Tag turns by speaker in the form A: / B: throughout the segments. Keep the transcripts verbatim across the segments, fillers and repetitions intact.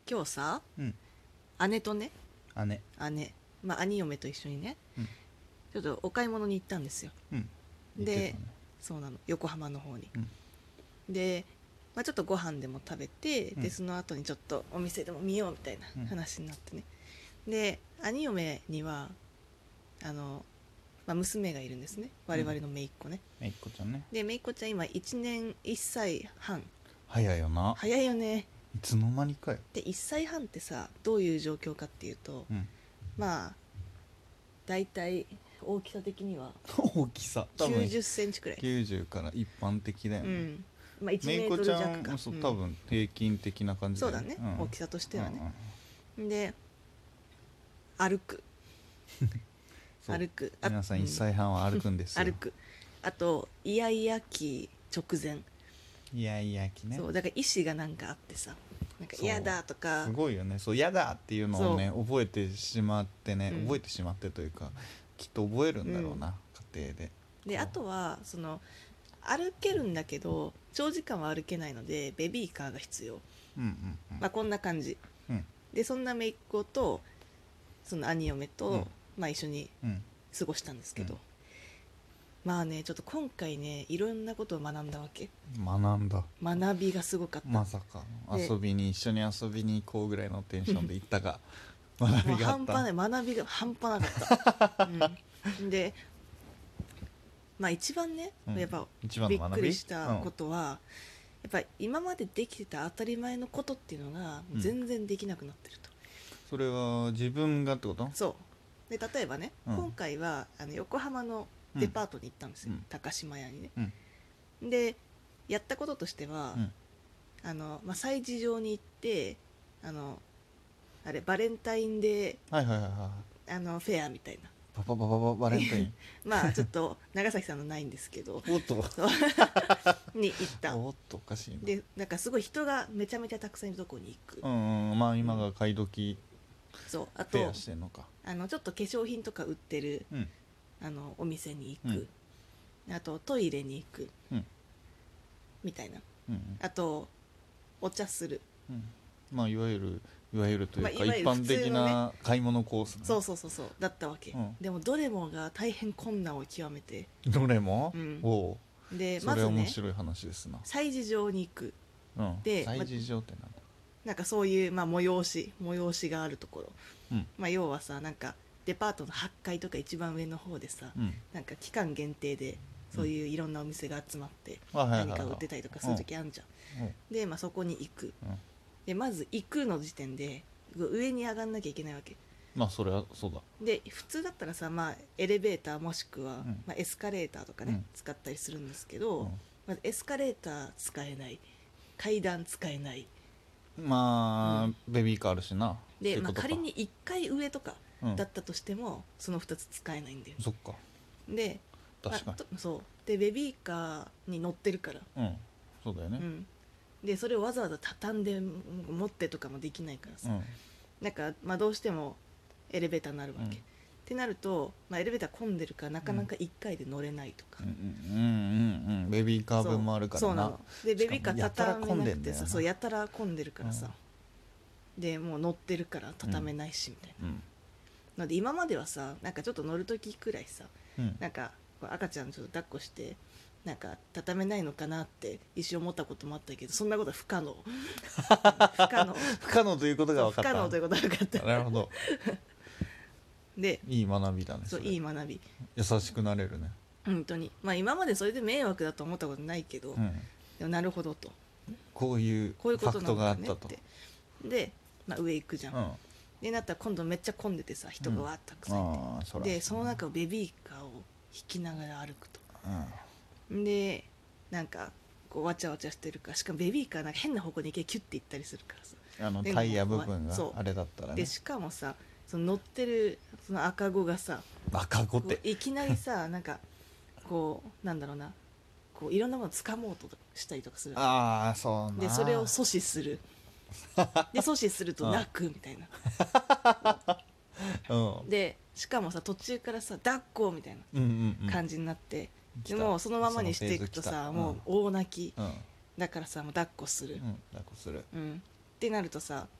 A: 今日さ、
B: うん、
A: 姉とね
B: 姉、
A: 姉まあ兄嫁と一緒にね、
B: うん、
A: ちょっとお買い物に行ったんですよ。
B: うん言って
A: で、
B: たね。
A: そうなの、横浜の方に、
B: うん
A: で、まあ、ちょっとご飯でも食べて、
B: うん
A: でその後にちょっとお店でも見ようみたいな話になってね、で兄嫁にはあの、まあ、娘がいるんですね、我々の姪っ子ね、
B: めいっ子ちゃんね。
A: で姪っ子ちゃん今いちねんいっさいはん。
B: 早いよな。
A: 早いよね。
B: いつの間にかよ。
A: でいっさいはんってさ、どういう状況かっていうと、
B: うん、
A: まあだいたい大きさ的には
B: 大きさ多
A: きゅう
B: 分
A: じゅっセンチくらい、
B: きゅうじゅうから一般的だよね。
A: うんまあ、いちメ
B: めいっ子
A: ートル
B: ちゃん
A: 弱か、うん
B: もそう多分平均的な感じ
A: そうだね、
B: ん
A: 大きさとしてはね、
B: うんうん
A: で歩く
B: そう
A: 歩くあ
B: 皆さん
A: うん
B: いっさいはんは歩くんですよ。
A: 歩く、あとイヤイヤ期直前、
B: いやいやきね。
A: そうだから意思がなんかあってさ、なんか
B: そう
A: 嫌だとか、
B: すごいよね。そう嫌だっていうのをね覚えてしまってね、
A: うん
B: 覚えてしまってというかきっと覚えるんだろうな、家庭で。
A: であとはその歩けるんだけど長時間は歩けないのでベビーカーが必要、
B: うんうんうん
A: まあ、こんな感じ
B: うん
A: で、そんな姪っ子とその兄嫁と、
B: うん
A: まあ、一緒に
B: うん
A: 過ごしたんですけど、
B: うん
A: まあねちょっと今回ねいろんなことを学んだわけ。
B: 学んだ。
A: 学びがすごかった、
B: まさか
A: で
B: 遊びに一緒に遊びに行こうぐらいのテンションで行ったが学
A: もう
B: びがあった。
A: 半端ない、学びが半端なかった、うん、でまあ一番ね、
B: うん
A: やっぱ
B: 一番の学び
A: びっくりしたことは、やっぱり今までできてた当たり前のことっていうのが
B: うん
A: 全然できなくなってると、
B: それは自分がってこと？
A: そうで例えばね、
B: うん
A: 今回はあの横浜のデパートに行ったんですよ、
B: うん
A: 高島屋にね、
B: うん
A: でやったこととしては、
B: うん
A: あのまあ、催事場に行ってあのあれバレンタインデ
B: はいはいはいはい
A: ーあのフェアみたいな、
B: パパパパパバレンタイン
A: まあちょっと長崎さんのないんですけど
B: おっと
A: そうに行った
B: おっとおかしいな。
A: でなんかすごい人がめちゃめちゃたくさんいるとこに行く、
B: うんうんまあ今が買い時
A: そうあ
B: フェ
A: と
B: アしてんのか。
A: あのちょっと化粧品とか売ってる
B: うん
A: あのお店に行く、あとトイレに行く
B: うん
A: みたいな、
B: うん
A: あとお茶する、
B: うんまあいわゆるいわゆるというか、
A: まあいわゆる
B: 一般的
A: 普通の
B: な買い物コース、ね、
A: そうそうそうそうだったわけ、
B: うん
A: でもどれもが大変困難を極めて、
B: どれも、
A: うん
B: おう
A: で
B: それ面
A: まずね
B: 白い話ですな。
A: 催事場に行く、
B: うん
A: で
B: 催事場ってなんだ。
A: なんかそういう、まあ、催し催しがあるところ、
B: うん
A: まあ、要はさなんかデパートのはちかいとか一番上の方でさ、
B: うん
A: なんか期間限定でそういういろんなお店が集まって
B: あはいはいはい
A: 何か売ってたりとかする時あるじゃん、
B: うん
A: で、まあ、そこに行く、
B: うん
A: でまず行くの時点で上に上がんなきゃいけないわけ
B: まあそれはそうだ。
A: で普通だったらさ、まあ、エレベーターもしくは、
B: うん
A: まあ、エスカレーターとかね、
B: うん
A: 使ったりするんですけど、
B: うん
A: まずエスカレーター使えない、階段使えない
B: まあ、
A: うん
B: ベビーカーあるしな。
A: で、まあ、
B: ってことか
A: 仮にいっかい上とか
B: うん
A: だったとしても、そのふたつ使えないんだよ
B: そっか
A: で、
B: 確か
A: まあとそうでベビーカーに乗ってるから、
B: に、うんそうだよね。
A: うん、でそれをわざわざ畳んで持ってとかもできないからさ、
B: うん
A: なんか、まあ、どうしてもエレベーターになるわけ、
B: うん
A: ってなると、まあ、エレベーター混んでるからなかなかいっかいで乗れないとか、
B: うんうんうんうんうんベビーカー分もあるからな。
A: そうそうなのでベビーカー
B: しかもやたら
A: 畳め
B: 混んでんだよな
A: なくてさ、そうやたら混んでるからさ、でもう乗ってるから畳めないしみたいな、
B: うん
A: ので今まではさなんかちょっと乗る時くらいさ
B: うん
A: なんかこう赤ちゃんちょっと抱っこしてなんか畳めないのかなって一瞬思ったこともあったけど、そんなことは不可能不可能
B: 不可能ということが分かった。
A: 不可能ということが分かった
B: なるほど。
A: で
B: いい学びだね。
A: そう
B: それ
A: いい学び
B: 優しくなれるね。
A: 本当に、まあ今までそれで迷惑だと思ったことないけど、
B: うん
A: でもなるほどと
B: こういう
A: こういう
B: ファクト
A: ことなの
B: があったと。
A: かねってで、まあ、上行くじゃん、
B: うん
A: でなったら今度めっちゃ混んでてさ人がわーっとたくさんいて、
B: ああそら
A: でその中をベビーカーを引きながら歩くと
B: うん
A: でなんかこうわちゃわちゃしてるから、しかもベビーカーなんか変な方向に一回キュッて行ったりするからさ、でも
B: あのタイヤ部分が
A: そう
B: あれだったらね
A: で。しかもさその乗ってるその赤子がさこ
B: 赤子って
A: ういきなりさなんかこうなんだろうなこういろんなもの掴もうとしたりとかする
B: ああそうな。
A: でそれを阻止するで阻止すると泣くみたいな
B: うん
A: でしかもさ途中からさ抱っこみたい
B: うんうんうん
A: な感じになって、
B: 来た
A: でもうそのままにしていくと
B: そのフェーズ来た
A: さもう大泣き、
B: うん
A: だからさもう抱っこする、
B: うん抱っこする
A: うんってなるとさ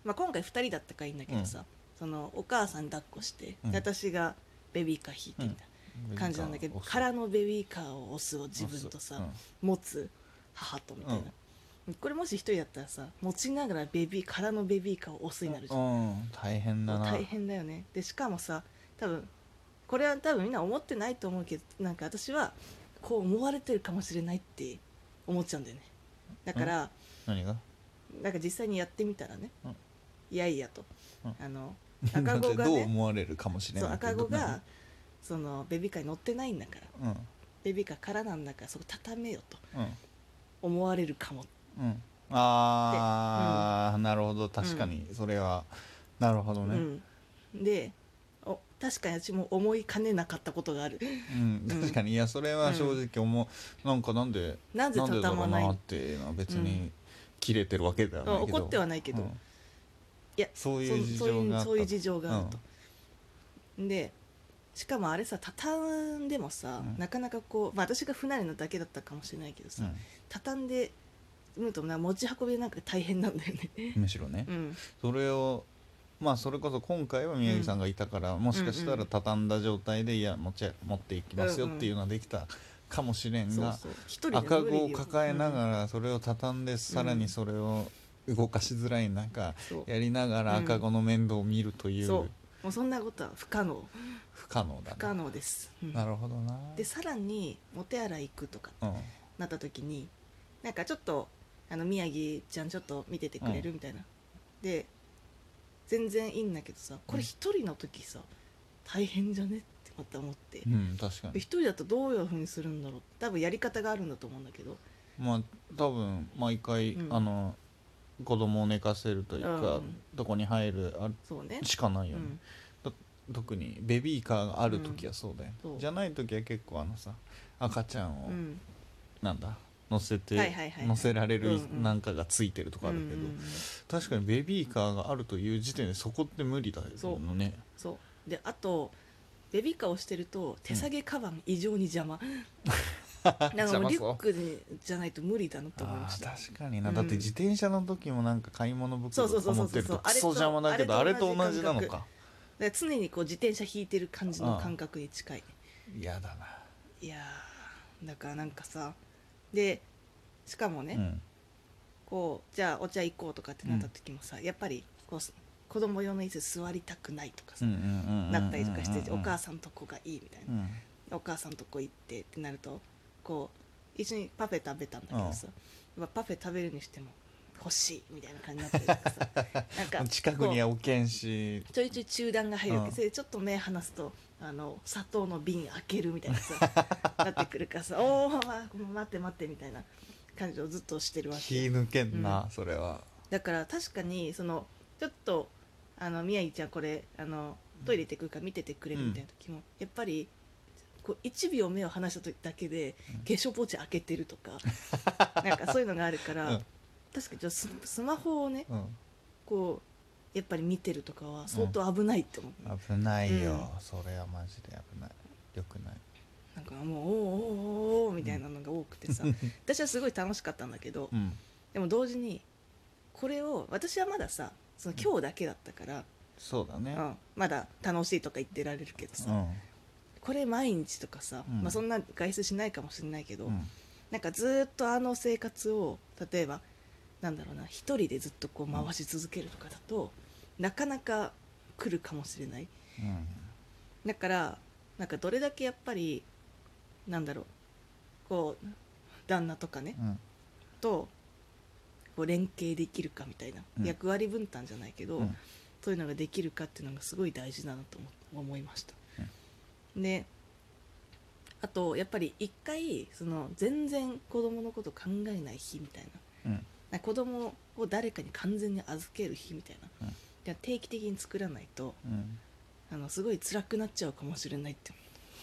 A: まあ、今回ふたりだったからいいんだけどさ、そのお母さん抱っこして、
B: うん
A: で私がベビーカー引いてみたいな感じなんだけど、空のベビーカーを押すを自分とさ、
B: うん
A: 持つ母とみたいな、これもし一人だったらさ、持ちながらベビー空のベビーカーを押すになるじゃん、
B: うん、大変だな。
A: 大変だよね。でしかもさ、多分これは多分みんな思ってないと思うけど、なんか私はこう思われてるかもしれないって思っちゃうんだよね。だから
B: 何が
A: なんか実際にやってみたらね、
B: うん
A: いやいやと、
B: うん
A: あの
B: だ
A: 赤子が
B: ってどう
A: ね、
B: 思われるかもしれ
A: そう
B: ないけど
A: 赤子がそのベビーカーに乗ってないんだから、
B: うん
A: ベビーカーからなんだからそこ畳めよと
B: うん
A: 思われるかも。
B: うんああ、うん、なるほど、確かにそれは、うん、なるほどね、
A: うん、でお確かに私も思いかねなかったことがある、
B: うん、確かに、いやそれは正直思う、うん、なんかなんで
A: なぜ畳まない
B: んでだろうなっていうのは別に切れてるわけではないけど、
A: 怒ってはないけど、
B: うん、
A: いや
B: そういう事情があった、
A: そういう事情があると、うん、でしかもあれさ、畳んでもさ、うん、なかなかこう、まあ、私が不慣れなだけだったかもしれないけどさ、うん、畳んでむと持ち運びなんか大変なんだよね
B: むしろね、
A: うん、
B: それをまあそれこそ今回は宮城さんがいたから、うん、もしかしたら畳んだ状態でいや持ち持っていきますよっていうのはできたかもしれんが、赤子を抱えながらそれを畳んで、うん、さらにそれを動かしづらい中やりながら赤子の面倒を見るという、うん、
A: そうもうそんなことは不可能
B: 不可能だ、ね、
A: 不可能です、
B: うん、なるほどな。
A: でさらにお手洗い行くとかなった時に、なんかちょっとあの宮城ちゃんちょっと見ててくれるみたいな、うん、で全然いいんだけどさ、これ一人の時さ、うん、大変じゃねってまた思って、
B: うん、確かに
A: 一人だとどういう風にするんだろう、多分やり方があるんだと思うんだけど、
B: まあ多分毎回、うん、あの子供を寝かせるというか、うん、どこに入るあ
A: そう、ね、
B: しかないよね、うん、特にベビーカーがある時はそうだよ、うん、じゃない時は結構あのさ赤ちゃんを、うん、なんだ乗せて、はいはいはいはい、乗せられるなんかがついてるとかあるけど、うんうん、確かにベビーカーがあるという時点でそこって無理だよね。そう
A: そうで、あとベビーカーをしてると手提げカバン異常に邪魔、うんなんかもうリュックじゃないと無理だなと思いました。
B: あ、確かにな、うん、だって自転車の時もなんか買い物袋とか持ってるとクソ邪魔だけど、あれと同じなのか。
A: で常にこう自転車引いてる感じの感覚に近い。
B: 嫌だな。
A: いやだからなんかさ、でしかもね、うん、こうじゃあお茶行こうとかってなった時もさ、うん、やっぱりこう子供用の椅子座りたくないとかさ、なったりとかして、お母さんとこがいいみたいな、うん、お母さんとこ行ってってなると、こう一緒にパフェ食べたんだけどさ、うん、パフェ食べるにしても欲しいみたいな感じになってるからさなんか
B: 近くには置けんし
A: ちょいちょい中断が入るわけで、うん、ちょっと目離すとあの砂糖の瓶開けるみたいなさなってくるからさおー待って待ってみたいな感じをずっとしてるわけ。
B: 気抜けんな、うん、それは。
A: だから確かにそのちょっとあの宮城ちゃんこれあのトイレ行ってくるから見ててくれるみたいな時も、うん、やっぱりこういちびょう目を離した時だけで化粧ポーチ開けてるとか、うん、なんかそういうのがあるから、うん、確かにちょっと ス, スマホをね、うん、こうやっぱり見てるとかは相当危ないって思う、
B: うん、危ないよ、うん、それはマジで危ない、よくない。
A: なんかもうおーおーおーみたいなのが多くてさ、うん、私はすごい楽しかったんだけど、うん、でも同時にこれを私はまださその今日だけだったから、うん、
B: そうだね、
A: うん、まだ楽しいとか言ってられるけどさ、うん、これ毎日とかさ、うんまあ、そんな外出しないかもしれないけど、うん、なんかずっとあの生活を例えばなんだろうな一人でずっとこう回し続けるとかだと、うん、なかなか来るかもしれない、うん、だからなんかどれだけやっぱりなんだろうこう旦那とかね、うん、とこう連携できるかみたいな、うん、役割分担じゃないけど、うん、そういうのができるかっていうのがすごい大事だなと思いました、うん、であとやっぱり一回その全然子供のこと考えない日みたいな、うん、なんか子供を誰かに完全に預ける日みたいな、うん、定期的に作らないと、うん、あのすごい辛くなっちゃうかもしれないって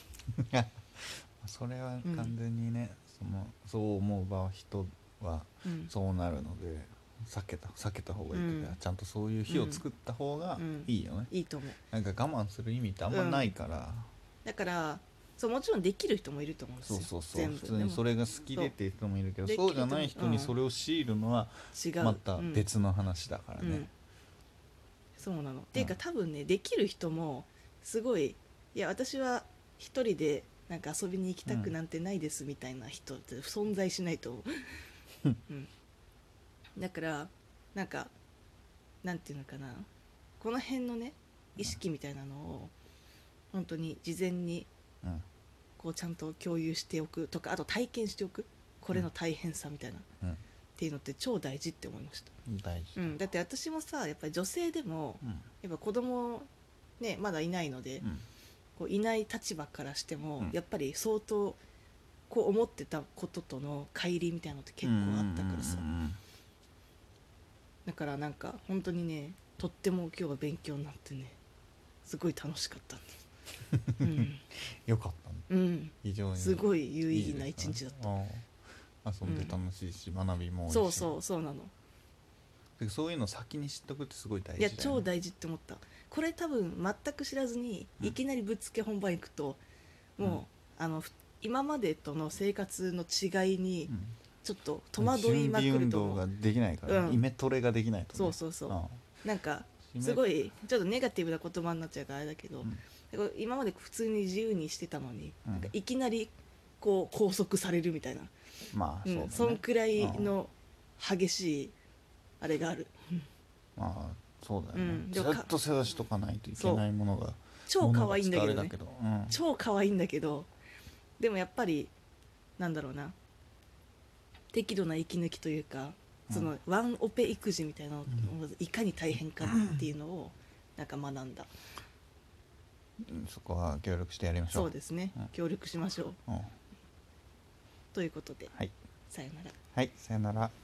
B: それは完全にね、うん、そのそう思う場人はそうなるので、避けた避けた方がいいけど、うん、ちゃんとそういう日を作った方がいいよね、うんうん、
A: いいと思う。
B: なんか我慢する意味ってあんまないから、うん、
A: だからそうもちろんできる人もいると思うんですよ。
B: そうそうそう、普通にそれが好きでっていう人もいるけど、そうじゃない人にそれを強いるのはまた別の話だからね、うんうん、
A: そうなの、っていうか多分ねできる人もすごい、いや私は一人でなんか遊びに行きたくなんてないですみたいな人って存在しないと思う、うん、だからなんかなんていうのかな、この辺のね意識みたいなのを本当に事前にこうちゃんと共有しておくとか、あと体験しておく、これの大変さみたいな、うん、っていうのって超大事って思いました。
B: 大事、
A: うん、だって私もさやっぱり女性でも、うん、やっぱ子供ねまだいないので、うん、こういない立場からしても、うん、やっぱり相当こう思ってたこととの乖離みたいなのって結構あったからさ、うんうんうんうん、だからなんか本当にねとっても今日は勉強になってねすごい楽しかったんだうん、
B: よかったね、
A: うん、
B: 非常に
A: すごい有意義な一日だった。いい
B: 遊んで楽しいし、うん、学びも多いし、
A: そうそうそうなの。
B: そういうの先に知っとくってすごい大事だよね。
A: いや超大事って思った。これ多分全く知らずにいきなりぶっつけ本番行くと、うん、もうあの今までとの生活の違いにちょっと戸惑いまくると思う。
B: 準備運動ができないから、ね、うん、イメトレができないと、ね、
A: そうそうそう、うん、なんかすごいちょっとネガティブな言葉になっちゃうからあれだけど、うん、今まで普通に自由にしてたのに、うん、なんかいきなりこう拘束されるみたいな、
B: まあそうだね、うん、
A: そんくらいの激しいあれがある。
B: まあそうだよね、うん、ずっと世話しとかないといけないものが
A: 超可愛いんだけどね、
B: けど、うん、
A: 超可愛いんだけど、でもやっぱりなんだろうな、適度な息抜きというか、そのワンオペ育児みたいなのをいかに大変かっていうのをなんか学んだ、
B: うん、そこは協力してやりましょう。
A: そうですね、うん、協力しましょう、うん、ということで、
B: はい、
A: さよなら。
B: はい、さよなら。